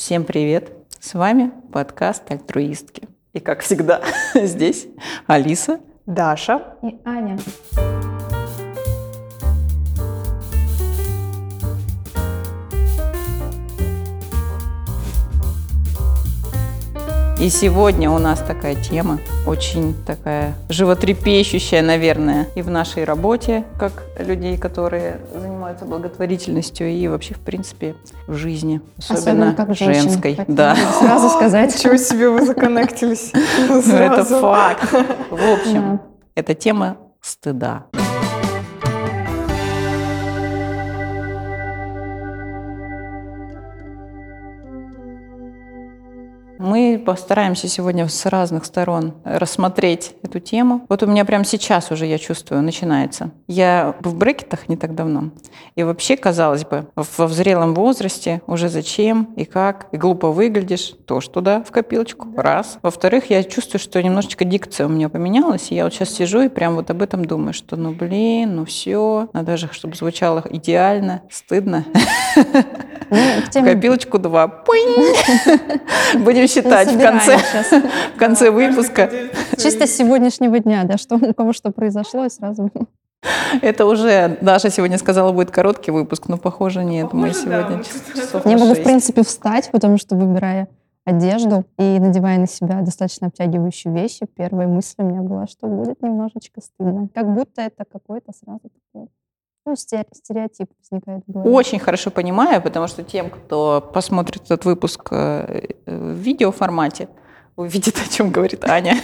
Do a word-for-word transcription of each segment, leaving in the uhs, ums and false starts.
Всем привет! С вами подкаст «Альтруистки». И как всегда, здесь Алиса, Даша и Аня. И сегодня у нас такая тема, очень такая животрепещущая, наверное, и в нашей работе, как людей, которые занимаются благотворительностью, и вообще, в принципе, в жизни, особенно, особенно как женской. Женщина, да. Сразу сказать. Ничего себе вы законнектились. Это факт. В общем, это тема стыда. Мы постараемся сегодня с разных сторон рассмотреть эту тему. Вот у меня прямо сейчас уже, я чувствую, начинается. Я в брекетах не так давно. И вообще, казалось бы, во взрелом возрасте уже зачем и как, и глупо выглядишь, тоже туда, в копилочку, да. Раз. Во-вторых, я чувствую, что немножечко дикция у меня поменялась, и я вот сейчас сижу и прям вот об этом думаю, что ну блин, ну все, надо же, чтобы звучало идеально, стыдно. В копилочку два. Будем считать в конце, в конце выпуска. Чисто с сегодняшнего дня, да, что у кого что произошло, и сразу... Это уже, Даша сегодня сказала, будет короткий выпуск, но похоже нет. Похоже, мы сегодня да, часов Я могу, в принципе, встать, потому что, выбирая одежду и надевая на себя достаточно обтягивающие вещи, первая мысль у меня была, что будет немножечко стыдно. Как будто это какой-то сразу такой... Ну, стереотип возникает в голове. Очень хорошо понимаю, потому что тем, кто посмотрит этот выпуск в видеоформате, увидит, о чем говорит Аня.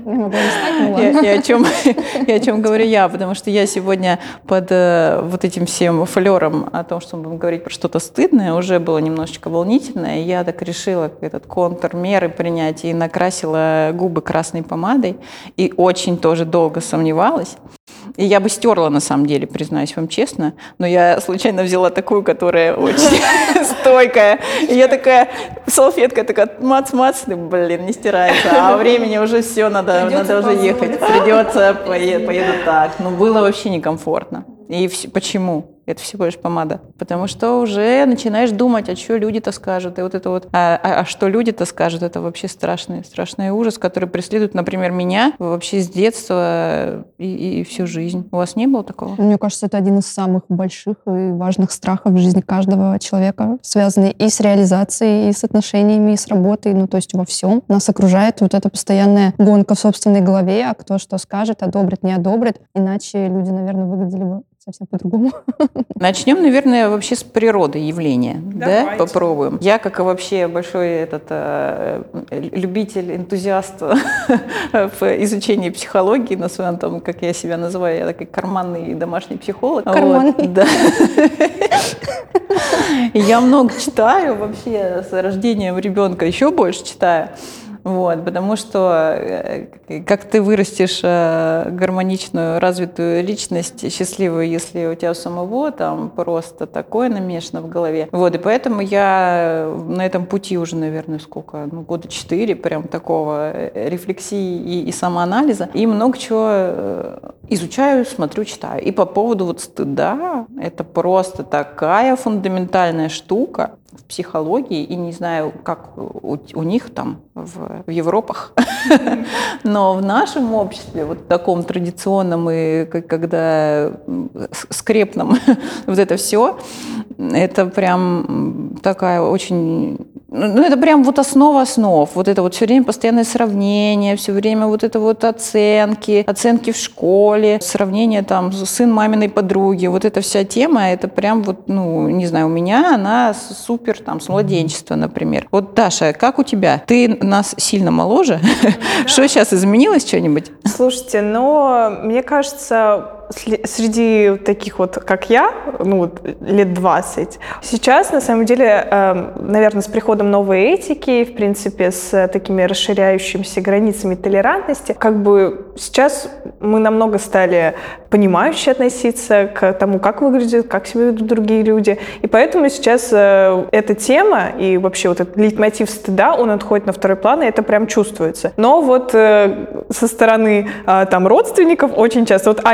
И о чем, и о чем говорю я, потому что я сегодня под вот этим всем флером о том, что мы будем говорить про что-то стыдное, уже было немножечко волнительно, и я так решила этот контрмеры принять и накрасила губы красной помадой, и очень тоже долго сомневалась. И я бы стерла, на самом деле, признаюсь вам честно, но я случайно взяла такую, которая очень стойкая. И я такая, салфетка такая, мац-мац, блин, не стирается. А времени уже все, надо, надо уже ехать. Придется, поеду, поеду так. Но было вообще некомфортно. И все, почему? Это всего лишь помада. Потому что уже начинаешь думать, а что люди-то скажут. И вот это вот, а, а, а что люди-то скажут, это вообще страшный, страшный ужас, который преследует, например, меня вообще с детства и, и всю жизнь. У вас не было такого? Мне кажется, это один из самых больших и важных страхов в жизни каждого человека, связанный и с реализацией, и с отношениями, и с работой, ну то есть во всем. Нас окружает вот эта постоянная гонка в собственной голове, а кто что скажет, одобрит, не одобрит. Иначе люди, наверное, выглядели бы совсем по-другому. Начнем, наверное, вообще с природы явления. Да? Попробуем. Я, как и вообще большой этот, э, любитель, энтузиаст в изучении психологии, на своем, там, как я себя называю, я такой карманный домашний психолог. Карманный. Вот, да. Я много читаю вообще с рождением ребенка, еще больше читаю. Вот, потому что как ты вырастешь гармоничную, развитую личность, счастливую, если у тебя у самого там просто такое намешано в голове. Вот, и поэтому я на этом пути уже, наверное, сколько, ну, года четыре, прям такого рефлексии и, и самоанализа. И много чего изучаю, смотрю, читаю. И по поводу вот стыда, это просто такая фундаментальная штука в психологии, и не знаю, как у, у них там в, в Европах, но в нашем обществе, вот таком традиционном и когда скрепном вот это все, это прям такая очень... Ну, это прям вот основа основ. Вот это вот все время постоянное сравнение, все время вот это вот оценки, оценки в школе, сравнение там сын маминой подруги. Вот эта вся тема, это прям вот, ну, не знаю, у меня она супер там с младенчества, например. Вот, Даша, как у тебя? Ты нас сильно моложе. Что сейчас изменилось что-нибудь? Слушайте, но мне кажется... Среди таких вот, как я, ну вот лет двадцать, сейчас, на самом деле, наверное, с приходом новой этики, в принципе, с такими расширяющимися границами толерантности, как бы сейчас мы намного стали понимающе относиться к тому, как выглядят, как себя ведут другие люди. И поэтому сейчас эта тема и вообще вот этот лейтмотив стыда, он отходит на второй план, и это прям чувствуется. Но вот со стороны там родственников очень часто, вот Аня сказала,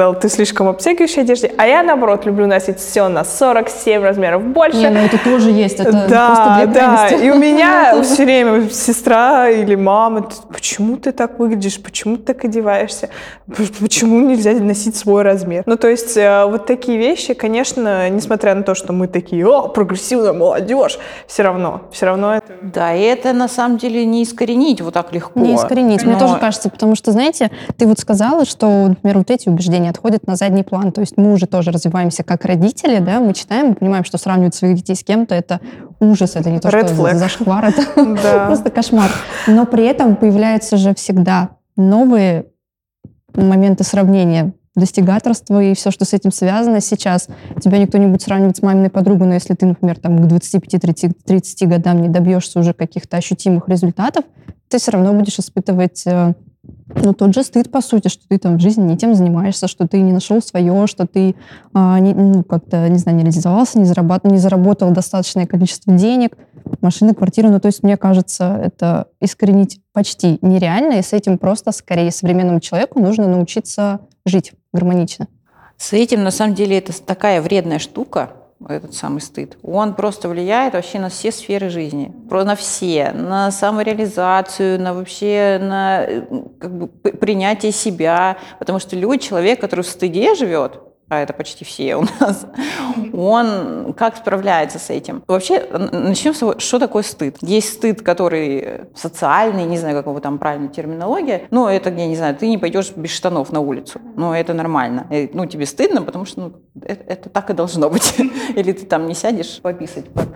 сказал, ты слишком обтягивающей одежде, а я, наоборот, люблю носить все на сорок семь размеров больше. Не, ну это тоже есть, это да, просто две да. крайности. И у меня все время сестра или мама, почему ты так выглядишь, почему ты так одеваешься, почему нельзя носить свой размер? Ну, то есть вот такие вещи, конечно, несмотря на то, что мы такие, о, прогрессивная молодежь, все равно, все равно это... Да, и это на самом деле не искоренить вот так легко. Не искоренить, Но... мне тоже кажется, потому что, знаете, ты вот сказала, что, например, вот эти убеждения отходят на задний план, то есть мы уже тоже развиваемся как родители, да, мы читаем, мы понимаем, что сравнивать своих детей с кем-то — это ужас, это не то, Red что flag. зашквар, это просто кошмар. Но при этом появляются же всегда новые моменты сравнения, достигаторство и все, что с этим связано. Сейчас тебя никто не будет сравнивать с маминой подругой, но если ты, например, там, к двадцати пяти тридцати годам не добьешься уже каких-то ощутимых результатов, ты все равно будешь испытывать ну, тот же стыд, по сути, что ты там в жизни не тем занимаешься, что ты не нашел свое, что ты а, не, ну, как-то, не знаю, не реализовался, не заработал, не заработал достаточное количество денег, машины, квартиры. Ну, то есть, мне кажется, это искоренить почти нереально, и с этим просто, скорее, современному человеку нужно научиться жить гармонично. С этим, на самом деле, это такая вредная штука, этот самый стыд. Он просто влияет вообще на все сферы жизни. Просто на все. На самореализацию, на вообще на как бы, принятие себя. Потому что любой человек, который в стыде живет, а это почти все у нас, он как справляется с этим? Вообще, начнем с того, что такое стыд. Есть стыд, который социальный, не знаю, как его там правильная терминология, но это, я не знаю, ты не пойдешь без штанов на улицу, но это нормально. Ну, тебе стыдно, потому что ну, это, это так и должно быть. Или ты там не сядешь пописать под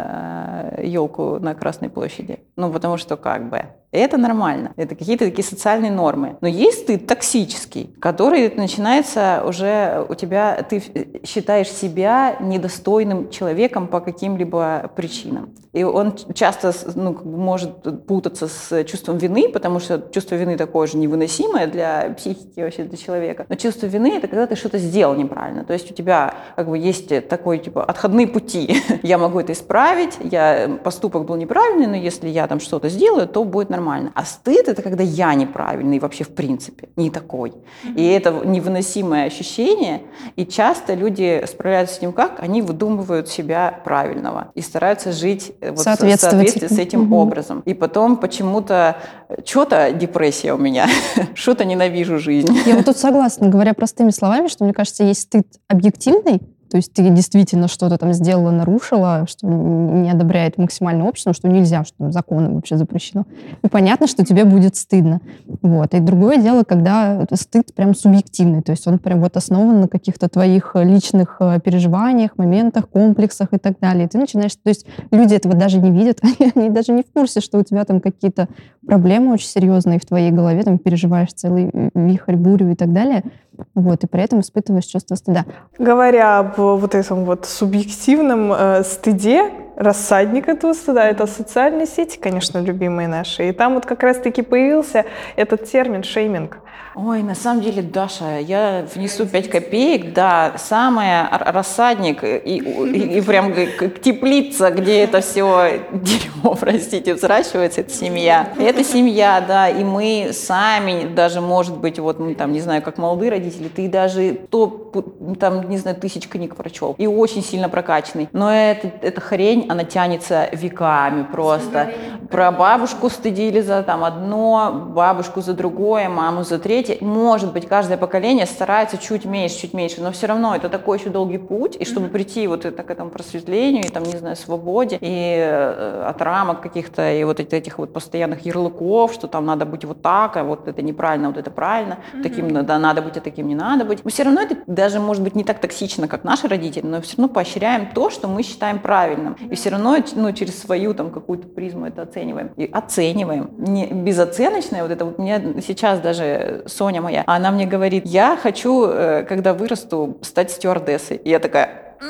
э, елку на Красной площади. Ну, потому что как бы это нормально. Это какие-то такие социальные нормы. Но есть стыд токсический, который начинается уже у тебя, ты считаешь себя недостойным человеком по каким-либо причинам. И он часто ну, может путаться с чувством вины, потому что чувство вины такое же невыносимое для психики вообще, для человека. Но чувство вины — это когда ты что-то сделал неправильно. То есть у тебя как бы есть такой типа отходные пути. Я могу это исправить, я, поступок был неправильный, но если я там что-то сделаю, то будет нормально. А стыд — это когда я неправильный вообще в принципе, не такой. Mm-hmm. И это невыносимое ощущение, и часто люди справляются с ним как? Они выдумывают себя правильного и стараются жить вот в соответствии с этим mm-hmm. образом. И потом почему-то что-то депрессия у меня, что-то ненавижу жизнь. Я вот тут согласна, говоря простыми словами, что, мне кажется, есть стыд объективный, то есть ты действительно что-то там сделала, нарушила, что не одобряет максимально общество, что нельзя, что законом вообще запрещено. И понятно, что тебе будет стыдно. Вот. И другое дело, когда стыд прям субъективный, то есть он прям вот основан на каких-то твоих личных переживаниях, моментах, комплексах и так далее. И ты начинаешь... То есть люди этого даже не видят, они, они даже не в курсе, что у тебя там какие-то проблемы очень серьезные в твоей голове, там переживаешь целый вихрь, бурю и так далее. Вот, и при этом испытываешь чувство стыда. Говоря об вот этом вот субъективном э, стыде, рассадник этого стыда — это социальные сети, конечно, любимые наши. И там вот как раз-таки появился этот термин шейминг. Ой, на самом деле, Даша, я внесу пять копеек, да, самое рассадник и, и, и прям теплица, где это все дерьмо, простите, взращивается, это семья. Это семья, да, и мы сами даже, может быть, вот мы там, не знаю, как молодые родители, ты даже то, там, не знаю, тысяч книг прочел и очень сильно прокачанный, но это, эта хрень, она тянется веками просто. Про бабушку стыдили за там одно, бабушку за другое, маму за третье. Может быть, каждое поколение старается чуть меньше, чуть меньше, но все равно это такой еще долгий путь, и чтобы прийти вот это, к этому просветлению, и там, не знаю, свободе, и э, от рамок каких-то, и вот этих вот постоянных ярлыков, что там надо быть вот так, а вот это неправильно, вот это правильно, mm-hmm. таким да, надо быть, а таким не надо быть. Но все равно это даже, может быть, не так токсично, как наши родители, но все равно поощряем то, что мы считаем правильным, и все равно ну, через свою там какую-то призму это оцениваем. И оцениваем. Не безоценочное, вот это вот мне сейчас даже Соня моя, она мне говорит, я хочу, когда вырасту, стать стюардессой. И я такая...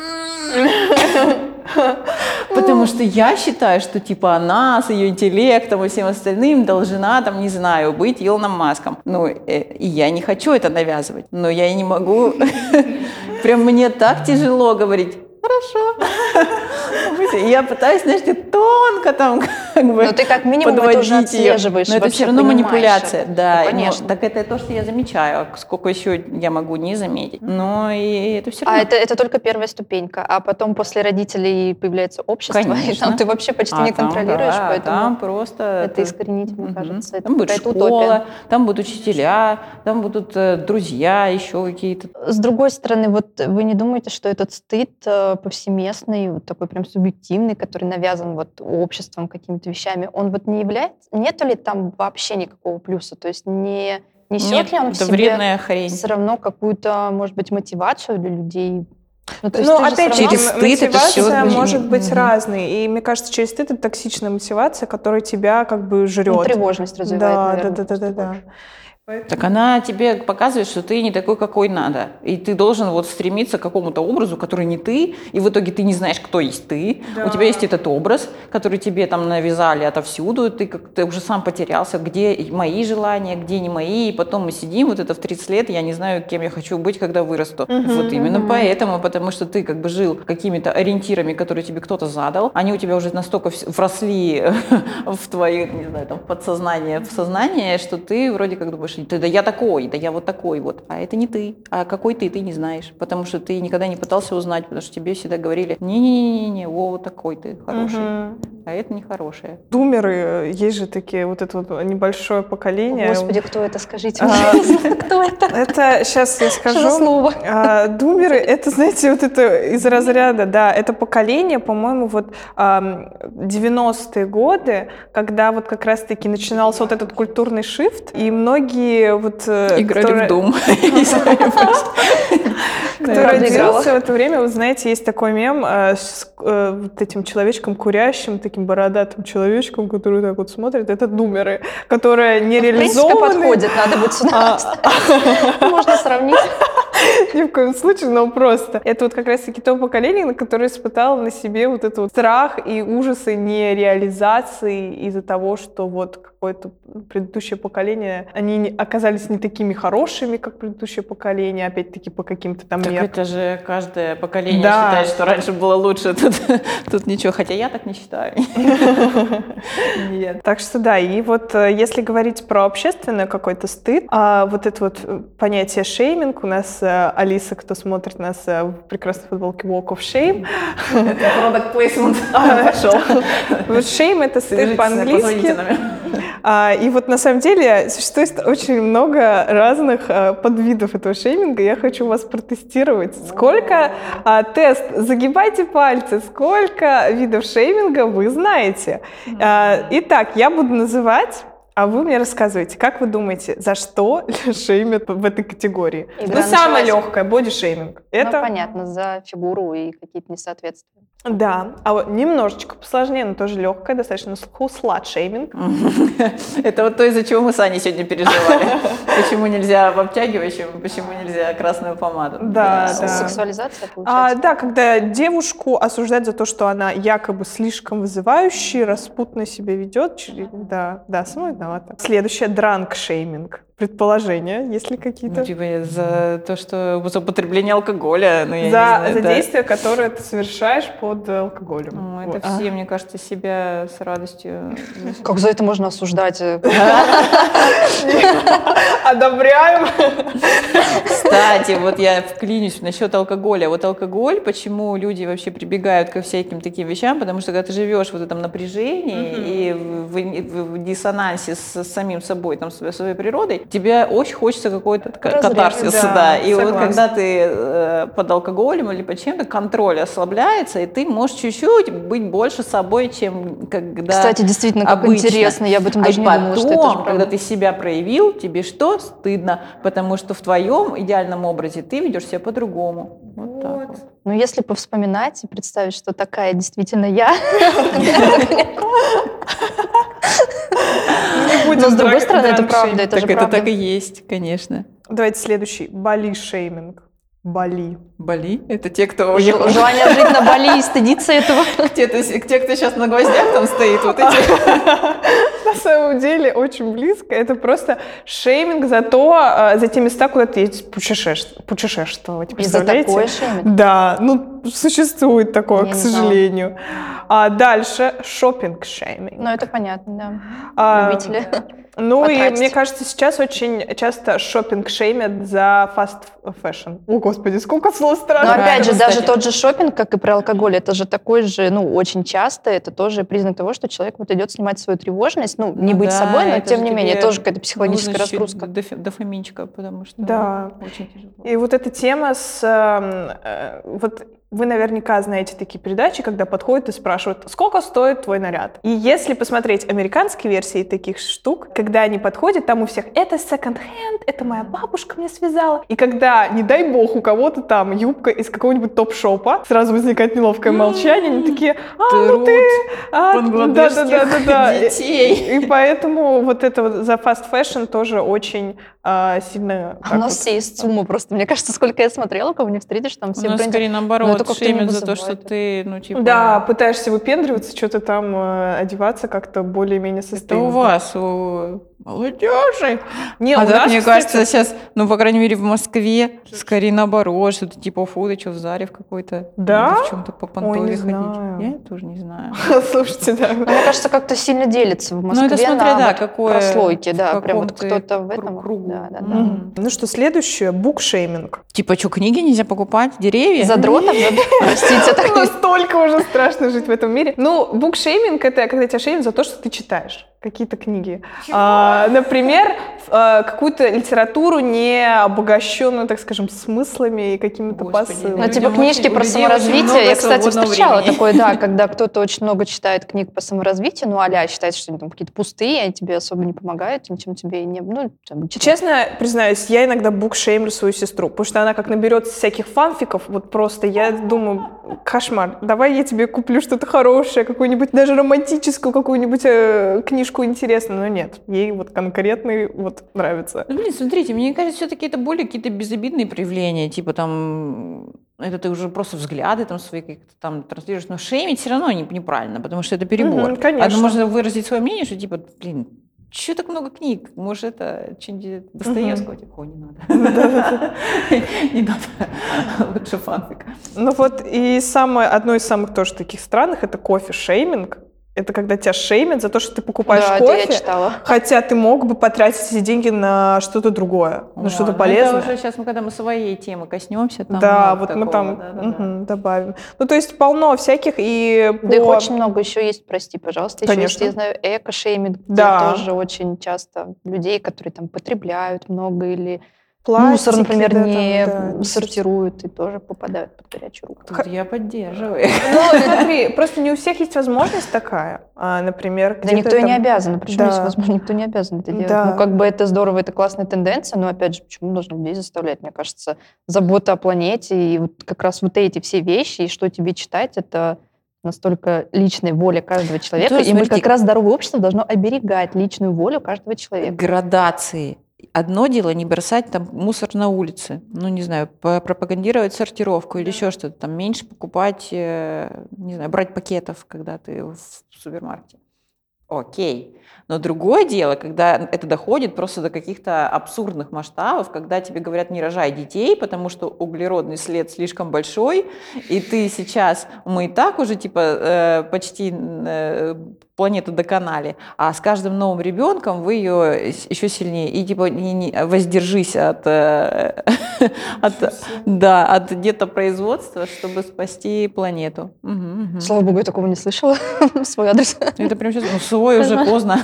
Потому что я считаю, что типа она с ее интеллектом и всем остальным должна, там, не знаю, быть Илоном Маском. Ну, и я не хочу это навязывать, но я и не могу. Прям мне так тяжело говорить. Хорошо, И я пытаюсь, знаешь, тонко там как бы Но ты как минимум это уже подводить её. отслеживаешь. Но это вообще все равно понимаешь манипуляция, это. да. Ну, Ну, конечно. так это то, что я замечаю. А сколько еще я могу не заметить. Но и это все А равно. это, это только первая ступенька, а потом после родителей появляется общество, и Конечно. там ты вообще почти А не там, контролируешь, да, поэтому там просто это искоренить, мне Мгм. кажется, это Там будет какая-то школа, утопия. там будут учителя, там будут э, друзья, еще какие-то. С другой стороны, вот вы не думаете, что этот стыд э, повсеместный, вот такой прям субъективный, который навязан вот обществом какими-то вещами, он вот не является, нету ли там вообще никакого плюса? То есть не несет Нет, ли он в это себе вредная хрень. все равно какую-то, может быть, мотивацию для людей? Ну, то есть Ну, ты же опять всё же, равно- через стыд это мотивация всё может очень- быть Мгм. разной. И мне кажется, через стыд это токсичная мотивация, которая тебя как бы жрет. ну, тревожность развивает, Да, наверное, да, да, да, просто да, да. больше. Так она тебе показывает, что ты не такой, какой надо. И ты должен вот стремиться к какому-то образу, который не ты, и в итоге ты не знаешь, кто есть ты. Да. У тебя есть этот образ, который тебе там навязали отовсюду, ты как ты уже сам потерялся, где мои желания, где не мои, и потом мы сидим, вот это в тридцать лет, я не знаю, кем я хочу быть, когда вырасту. Мгм, Вот именно мгм. поэтому, потому что ты как бы жил какими-то ориентирами, которые тебе кто-то задал, они у тебя уже настолько вс- вросли в твои, не знаю, там, в подсознание, в сознание, что ты вроде как думаешь, «Да да я такой, да я вот такой вот». А это не ты. А какой ты, ты не знаешь. Потому что ты никогда не пытался узнать, потому что тебе всегда говорили, не-не-не, о, вот такой ты хороший. Мгм. А это нехорошее. Думеры, есть же такие, вот это вот небольшое поколение. Господи, кто это, скажите А, мне, я не знаю, кто это? Это, сейчас я Что за скажу. слово? А, Думеры, это, знаете, вот это из разряда, да, это поколение, по-моему, вот ам, девяностые годы, когда вот как раз-таки начинался вот этот культурный шифт, и многие вот... э, Играли которые- в Дом. Кто Правда, играла. родился в это время, вы знаете, есть такой мем э, с э, вот этим человечком курящим, таким бородатым человечком, который так вот смотрит. Это думеры, которые не В принципе, реализованы. подходит, надо будет сюда А, можно сравнить. Ни в коем случае, но просто. Это вот как раз-таки то поколение, на которое испытало на себе вот этот вот страх и ужасы нереализации из-за того, что вот какое-то предыдущее поколение, они не- оказались не такими хорошими, как предыдущее поколение, опять-таки по каким-то там Так меркам. это же каждое поколение Да. считает, что раньше было лучше. Тут, тут ничего, хотя я так не считаю. Нет. Так что да, и вот э, если говорить про общественный какой-то стыд, а вот это вот э, понятие шейминг, у нас э, Алиса, кто смотрит нас э, в прекрасной футболке Walk of Shame, Это product placement пошел. вот shame — это стыд Позвоните по-английски. нам. А, и вот на самом деле существует очень много разных а, подвидов этого шейминга. Я хочу вас протестировать. Сколько а, тест, загибайте пальцы, сколько видов шейминга вы знаете. А, итак, я буду называть, а вы мне рассказываете, как вы думаете, за что шеймят в этой категории? Игра Ну, самое началась. легкое, боди-шейминг. Ну, Это, понятно, за фигуру и какие-то несоответствия. да. А вот немножечко посложнее, но тоже легкое, достаточно на слуху, слат-шейминг. Это вот то, из-за чего мы с Аней сегодня переживали. Почему нельзя в обтягивающем, почему нельзя красную помаду. Да, С- да. Сексуализация, А, получается? да, когда девушку осуждают за то, что она якобы слишком вызывающая, распутно себя ведет, чер- да, да, сама виновата. Следующее — дранк-шейминг. Предположения, есть ли какие-то? Ну, типа за то, что за употребление алкоголя, ну, я не за знаю, за да. действия, которые ты совершаешь под алкоголем. Ну, Вот. это все, мне кажется, себя с радостью. Как за это можно осуждать? э? Одобряем. Кстати, вот я вклинюсь насчет алкоголя. Вот алкоголь, почему люди вообще прибегают ко всяким таким вещам, потому что когда ты живешь в вот этом напряжении и в, в- в диссонансе с самим собой, там, с своей природой, тебе очень хочется какой-то к- Разряд, катарсис. да, Да, И вот согласна. когда ты э, под алкоголем или под чем-то, контроль ослабляется, и ты можешь чуть-чуть быть больше собой, чем когда Кстати, действительно, как обычно. интересно. Я об этом А даже и не думала, что это же потом, правда. когда ты себя проявил, тебе что? Стыдно, потому что в твоем идеальном образе ты ведешь себя по-другому. Вот так вот. Ну, если повспоминать и представить, что такая действительно я, Не будем но с другой дранк- стороны, это дранк-шейминг. правда, это же Так это правда. так и есть, конечно. Давайте следующий. Бали-шейминг. Бали. Бали? Это те, кто Ж- уехал. Желание жить на Бали и стыдиться этого. Те, кто те, кто сейчас на гвоздях там стоит, вот эти. На самом деле очень близко. Это просто шейминг за то, а, за те места, куда ты едешь путешествовать. путешествовать И за представляете? такое шейминг? Да, ну существует такое, Я к не знала. сожалению. А дальше шопинг-шейминг. Ну, это понятно, да. А, Любители. Ну и потратить. мне кажется, сейчас очень часто шопинг шеймят за фаст фэшн. О, господи, сколько слов Но страшных. опять же, кстати. даже тот же шопинг, как и про алкоголь, это же такой же, ну, очень часто, это тоже признак того, что человек вот идет снимать свою тревожность, ну, не Ну быть да, собой, но это тем же не тебе менее, тоже какая-то психологическая нужно чуть-чуть разгрузка. дофи- дофаминчика, потому что Да. очень тяжело. И вот эта тема с... э, э, вот вы наверняка знаете такие передачи, когда подходят и спрашивают, сколько стоит твой наряд? И если посмотреть американские версии таких штук, когда они подходят, там у всех это секонд-хенд, это моя бабушка мне связала. И когда, не дай бог, у кого-то там юбка из какого-нибудь топ-шопа, сразу возникает неловкое молчание, они такие, а, ну ты... а, бангладешских да-да-да-да-да». детей. И, и поэтому вот это вот за фаст фэшн тоже очень а, сильно... А так у нас вот- все есть сумма просто. Мне кажется, сколько я смотрела, кого не встретишь, там У все нас бренды. скорее Ну, наоборот, это как-то не шеймят за то, что вызывает. ты, ну, типа... Да, пытаешься выпендриваться, что-то там э, одеваться как-то более-менее Это sustainable. у вас, у молодежи. Не, А у так, нас, мне кстати, кажется, сейчас, ну, по крайней мере, в Москве, скорее наоборот, что-то типа фу, ты что, в Заре в какой-то? Да? Надо в чем-то по Ой, понтове не ходить. знаю. Я тоже не знаю. Слушайте, да. Но мне кажется, как-то сильно делится в Ну, Москве это смотря, на да, вот какое... прослойки, в да, прям каком вот ты кто-то в кру- этом. кругу. Да, да, да. Мгм. Ну что, следующее, букшейминг. Типа, что, книги нельзя покупать? Деревья? Задротов, зад- простите, так не- Настолько уже страшно жить в этом мире. Ну, букшейминг — это когда тебя шеймят за то, что ты читаешь какие-то книги. А, например, в- а, какую-то литературу, не обогащенную, так скажем, смыслами и какими-то Господи, посылами. Ну, Людям типа очень- книжки у про людей очень саморазвитие. много Я, кстати, свободного встречала времени. такое, да, когда кто-то очень много читает книг по саморазвитию, ну, а-ля считает, что они там какие-то пустые, они тебе особо не помогают, ничем тебе и не... Ну, там, читать. Честно признаюсь, я иногда букшеймлю свою сестру, потому что она как наберется всяких фанфиков, вот просто я думаю, кошмар, давай я тебе куплю что-то хорошее, какую-нибудь даже романтическую какую-нибудь э, книжку интересную, но нет, ей вот конкретный вот нравится. Ну, блин, смотрите, мне кажется, все-таки это более какие-то безобидные проявления, типа там, это ты уже просто взгляды там свои как-то там транслируешь, но шеймить все равно не- неправильно, потому что это перебор. Мгм, конечно. Одно можно выразить свое мнение, что типа, блин, что так много книг? Может, это что-нибудь Достоевского? Типа, о, не надо. Не надо. Лучше фанфик. Ну вот и самое, одно из самых тоже таких странных — это кофе-шейминг. Это когда тебя шеймят за то, что ты покупаешь Да, это я кофе, читала. хотя ты мог бы потратить эти деньги на что-то другое, на что-то Ладно, полезное. Это уже сейчас, мы, когда мы своей темы коснемся, там Да, много вот мы такого, там да, да, да. мгм, добавим. Ну, то есть полно всяких и Да их по- очень много еще есть, прости, пожалуйста. Еще есть, Конечно. я знаю, эко-шейминг, где Да. тоже очень часто людей, которые там потребляют много или пластики, мусор, например, да, там, не да, не сортируют и тоже попадают под горячую руку. Тут я поддерживаю. Ну, смотри, просто не у всех есть возможность такая. А, например, Да где-то никто и не там- обязан. Почему Да. есть возможность? Никто не обязан это делать. Да. Ну, как бы это здорово, это классная тенденция, но, опять же, почему нужно людей заставлять? Мне кажется, забота о планете и вот как раз вот эти все вещи, и что тебе читать, это настолько личная воля каждого человека. тоже, И мы смотрите, как раз здоровое общество должно оберегать личную волю каждого человека. Градации. Одно дело не бросать там мусор на улице, ну, не знаю, по- пропагандировать сортировку или еще что-то, там меньше покупать, э, не знаю, брать пакетов, когда ты в супермаркете. Окей. Но другое дело, когда это доходит просто до каких-то абсурдных масштабов, когда тебе говорят, не рожай детей, потому что углеродный след слишком большой, и ты сейчас, мы и так уже типа э, почти э, планету доконали, а с каждым новым ребенком вы ее еще сильнее, и типа не, не, воздержись от, э, от, да, от детопроизводства, чтобы спасти планету. Мгм, мгм. Слава богу, я такого не слышала в свой адрес. Это прям сейчас, ну, свой уже поздно.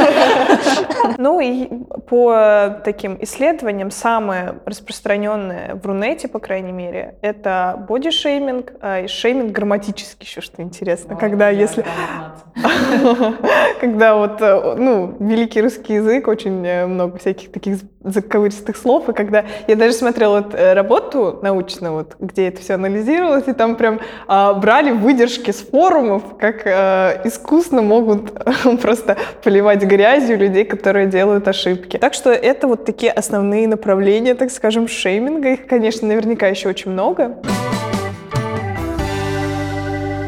Ну и по таким исследованиям самое распространенное в Рунете, по крайней мере, это бодишейминг, а, и шейминг грамматический еще, что интересно, когда если... Когда вот, э, ну, великий русский язык, очень э, много всяких таких заковыристых слов, и когда я даже смотрела вот, э, работу научную, вот, где это все анализировалось, и там прям а, брали выдержки с форумов, как э, искусно могут просто поливать грязью людей, которые делают ошибки. Так что это вот такие основные направления, так скажем, шейминга. Их, конечно, наверняка еще очень много.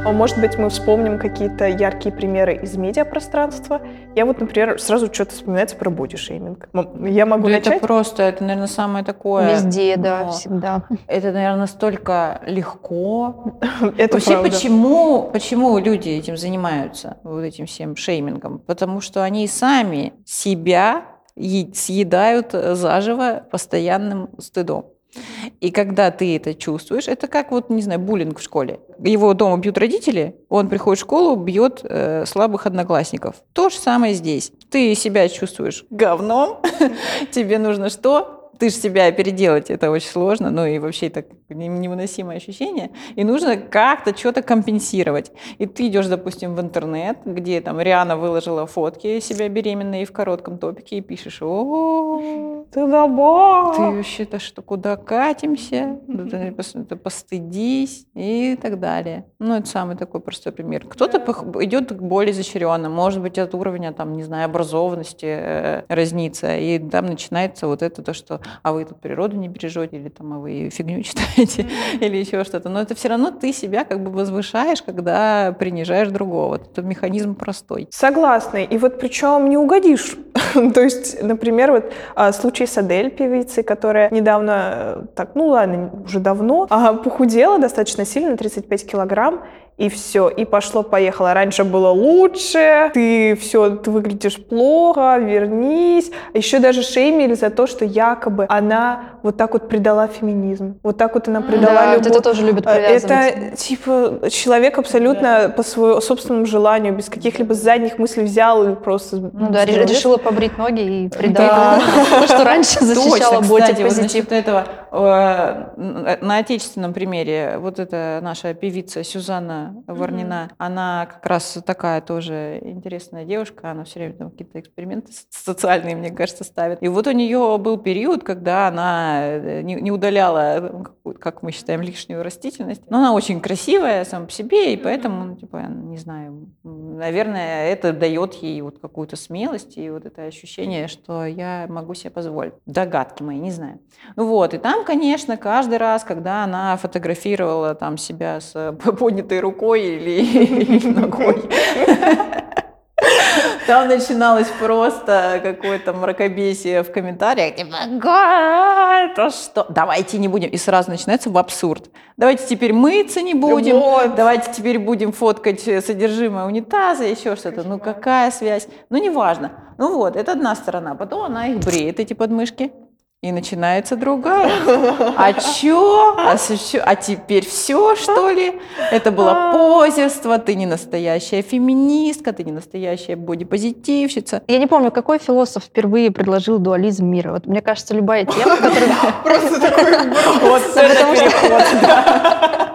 А может быть, мы вспомним какие-то яркие примеры из медиапространства. Я вот, например, сразу что-то вспоминается про бодишейминг. Я могу Да начать? Это просто, это, наверное, самое такое... Везде, да, но всегда. Это, наверное, настолько легко. Это Вообще, правда. почему, почему люди этим занимаются, вот этим всем шеймингом? Потому что они сами себя е- съедают заживо постоянным стыдом. И когда ты это чувствуешь, это как, вот, не знаю, буллинг в школе. Его дома бьют родители, он приходит в школу, бьет э, слабых одноклассников. То же самое здесь. Ты себя чувствуешь говном, тебе нужно что? Ты же себя переделать, это очень сложно, ну и вообще так невыносимое ощущение, и нужно как-то что-то компенсировать. И ты идешь, допустим, в интернет, где там Риана выложила фотки себя беременной в коротком топике и пишешь: о, Ты добра. ты вообще-то что, куда катимся? Да ты постыдись и так далее. Ну, это самый такой простой пример. Кто-то идет к более изощренным, может быть, от уровня, там, не знаю, образованности э, разнится, и там начинается вот это то, что а вы тут природу не бережете, или там, а вы фигню читаете, mm-hmm. или еще что-то. Но это все равно ты себя как бы возвышаешь, когда принижаешь другого. Это механизм простой. Согласна. И вот причем не угодишь. То есть, например, вот случай с Адель, певицей, которая недавно, так, ну ладно, уже давно, похудела достаточно сильно, на тридцать пять килограмм, и все, и пошло-поехало. Раньше было лучше, ты все, ты выглядишь плохо, вернись. Еще даже шеймили за то, что якобы она вот так вот предала феминизм. Вот так вот она предала да, любовь. Вот это тоже любят привязывать. Это, типа, человек абсолютно да. по своему собственному желанию, без каких-либо задних мыслей взял и просто... Ну да, сделал. Решила побрить ноги и предала то, что раньше защищала бодипозитив. этого на отечественном примере, вот эта наша певица Сюзанна Варнина, mm-hmm. она как раз такая тоже интересная девушка, она все время там какие-то эксперименты социальные, мне кажется, ставит. И вот у нее был период, когда она не, не удаляла, как мы считаем, лишнюю растительность, но она очень красивая сама по себе, и поэтому, ну, типа, не знаю, наверное, это дает ей вот какую-то смелость и вот это ощущение, что я могу себе позволить. Догадки мои, не знаю. Ну вот, и там, конечно, каждый раз, когда она фотографировала там себя с поднятой рукой или, или ногой, там начиналось просто какое-то мракобесие в комментариях, типа, это что? Давайте не будем. И сразу начинается в абсурд. Давайте теперь мыться не будем, вот. Давайте теперь будем фоткать содержимое унитаза, еще что-то. Ну какая связь? Ну неважно. Ну вот, это одна сторона. Потом она их бреет, эти подмышки. И начинается другая. А чё? А, а теперь все, что ли? Это было позерство, ты не настоящая феминистка, ты не настоящая бодипозитивщица. Я не помню, какой философ впервые предложил дуализм мира. Вот мне кажется, любая тема, которая... Просто такой вот это переход.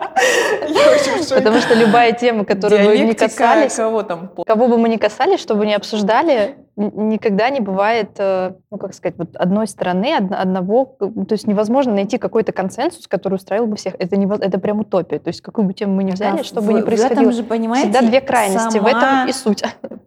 Потому что любая тема, которую вы не касались, кого там? Кого бы мы ни касались, что бы ни обсуждали, никогда не бывает, ну, как сказать, вот одной стороны, одного, то есть невозможно найти какой-то консенсус, который устроил бы всех. Это, не, это прям утопия. То есть какую бы тему мы ни взяли, а что бы ни происходило, же, понимаете, всегда две крайности. В этом и суть.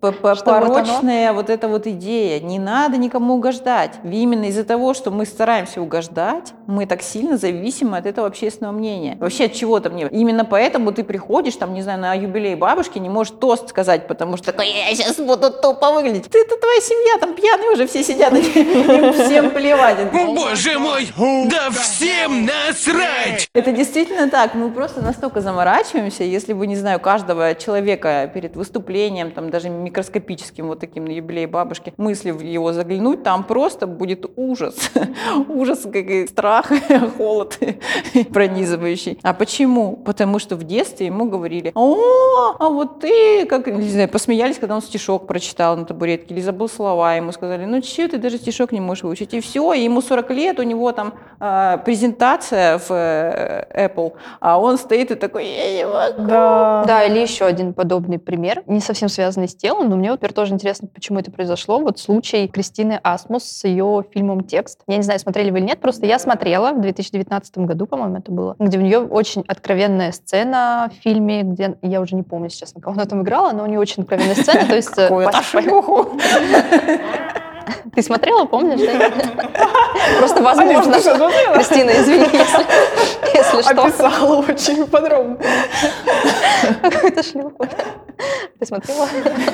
Порочная вот эта вот идея. Не надо никому угождать. Именно из-за того, что мы стараемся угождать, мы так сильно зависимы от этого общественного мнения. Вообще от чего-то мне. Именно поэтому ты приходишь, там, не знаю, на юбилей бабушки, не можешь тост сказать, потому что я сейчас буду тупо выглядеть. Ты, это твоя семья, там пьяные уже все сидят, им всем плевать. Боже мой, да всем насрать! Это действительно так. Мы просто настолько заморачиваемся, если бы, не знаю, каждого человека перед выступлением, там даже микроскопическим вот таким на юбилей бабушки, мысли в его заглянуть, там просто будет ужас. Ужас, как и страх, холод пронизывающий. А почему? Потому что в детстве ему говорили: о, а вот ты, как, не знаю, посмеялись, когда он стишок прочитал на табуретке или забыл слова, ему сказали: ну че, ты даже стишок не можешь выучить. И все, и ему сорок лет, у него там э, презентация в э, Apple, а он стоит и такой: я не могу. Да. Да, или еще один подобный пример, не совсем связанный с телом, но мне, вот, например, тоже интересно, почему это произошло. Вот случай Кристины Асмус с ее фильмом «Текст». Я не знаю, смотрели вы или нет, просто я смотрела в две тысячи девятнадцатом году, по-моему, это было, где у нее очень откровенная сцена в фильме, где, я уже не помню сейчас, на кого она там играла, но у нее очень откровенная сцена, то есть... Ты смотрела, помнишь, да? Просто возможно. Кристина, извини, если, если что. Описала очень подробно. Какую-то шлюху. Ты смотрела?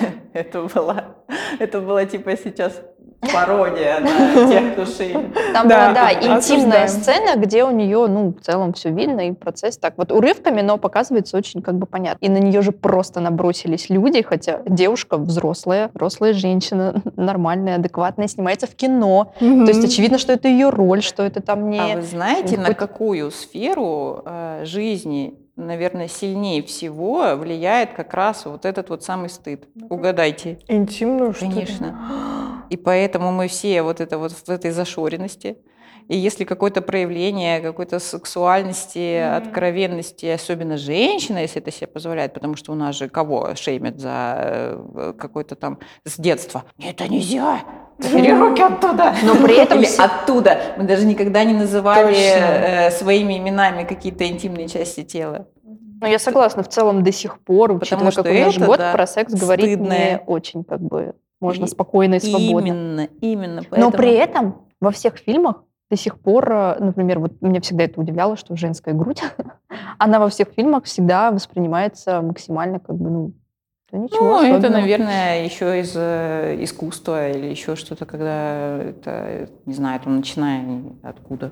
Это была, это была типа сейчас пародия на тех, кто шеймит. Там Да, была, да, интимная осуждаем. сцена, где у нее, ну, в целом все видно, и процесс так вот урывками, но показывается очень как бы понятно. И на нее же просто набросились люди, хотя девушка взрослая, взрослая женщина, нормальная, адекватная, снимается в кино. То есть очевидно, что это ее роль, что это там не... А вы знаете, на какой-то- какую сферу э, жизни, наверное, сильнее всего влияет как раз вот этот вот самый стыд? Угадайте. Интимную, что ли? Конечно. И поэтому мы все вот это вот в этой зашоренности. И если какое-то проявление какой-то сексуальности, откровенности, особенно женщина, если это себе позволяет, потому что у нас же кого шеймят за э, какой-то там с детства? Это нельзя! Бери руки оттуда! Но при этом Или все- оттуда. Мы даже никогда не называли Точно. э, своими именами какие-то интимные части тела. Ну, я согласна, в целом до сих пор, учитывая, что какой наш это, год, да, про секс говорить стыдное. не очень как бы можно И- спокойно и свободно. Именно, именно. Но Поэтому... при этом во всех фильмах до сих пор, э, например, вот меня всегда это удивляло, что женская грудь, она во всех фильмах всегда воспринимается максимально как бы, ну, да ничего Ну, особенного. это, наверное, еще из э, искусства или еще что-то, когда это, не знаю, там, начиная откуда.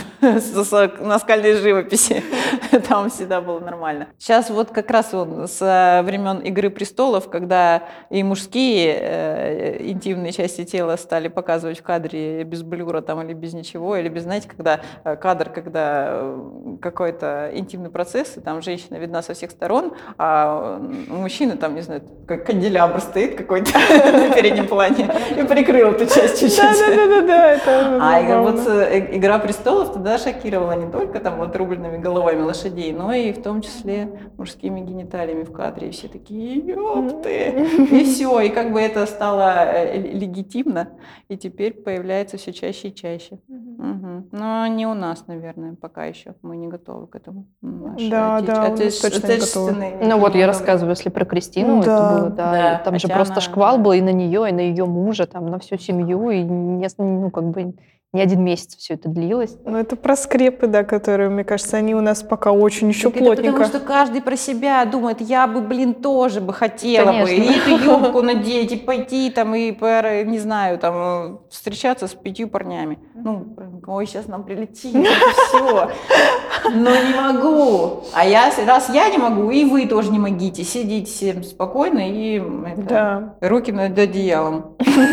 С- с наскальной живописи. Там всегда было нормально. Сейчас вот как раз он с времен «Игры престолов», когда и мужские э, интимные части тела стали показывать в кадре без блюра там, или без ничего, или без, знаете, когда э, кадр, когда э, какой-то интимный процесс, и там женщина видна со всех сторон, а у мужчины там, не знаю, как канделябр стоит какой-то на переднем плане и прикрыл эту часть чуть-чуть. Да-да-да, это А и вот забавно. э, «Игра престолов» тогда шокировала не только там вот рубленными головами лошадей, но и в том числе мужскими гениталиями в кадре. И все такие, ёпты! И все, и как бы это стало э, легитимно, и теперь появляется все чаще и чаще. Мгм. Но не у нас, наверное, пока еще. Мы не готовы к этому. Наши Да, отеч- да, у нас отеч- точно не готовы. отечественные Ну вот я немного. рассказываю, если про Кристину, Да. это было, да, Да, и там же хотя просто она- шквал был и на нее, и на ее мужа, там, на всю семью, и не, ну, как бы не один месяц все это длилось. Ну, это про скрепы, да, которые, мне кажется, они у нас пока очень еще Так это плотненько. потому что каждый про себя думает, я бы, блин, тоже бы хотела бы Конечно. и эту юбку надеть, и пойти там, и, пар- не знаю, там, встречаться с пятью парнями. Ну, ой, сейчас нам прилетит, все. Но не могу. А я, раз я не могу, и вы тоже не могите. Сидите всем спокойно и это, Да. руки над одеялом.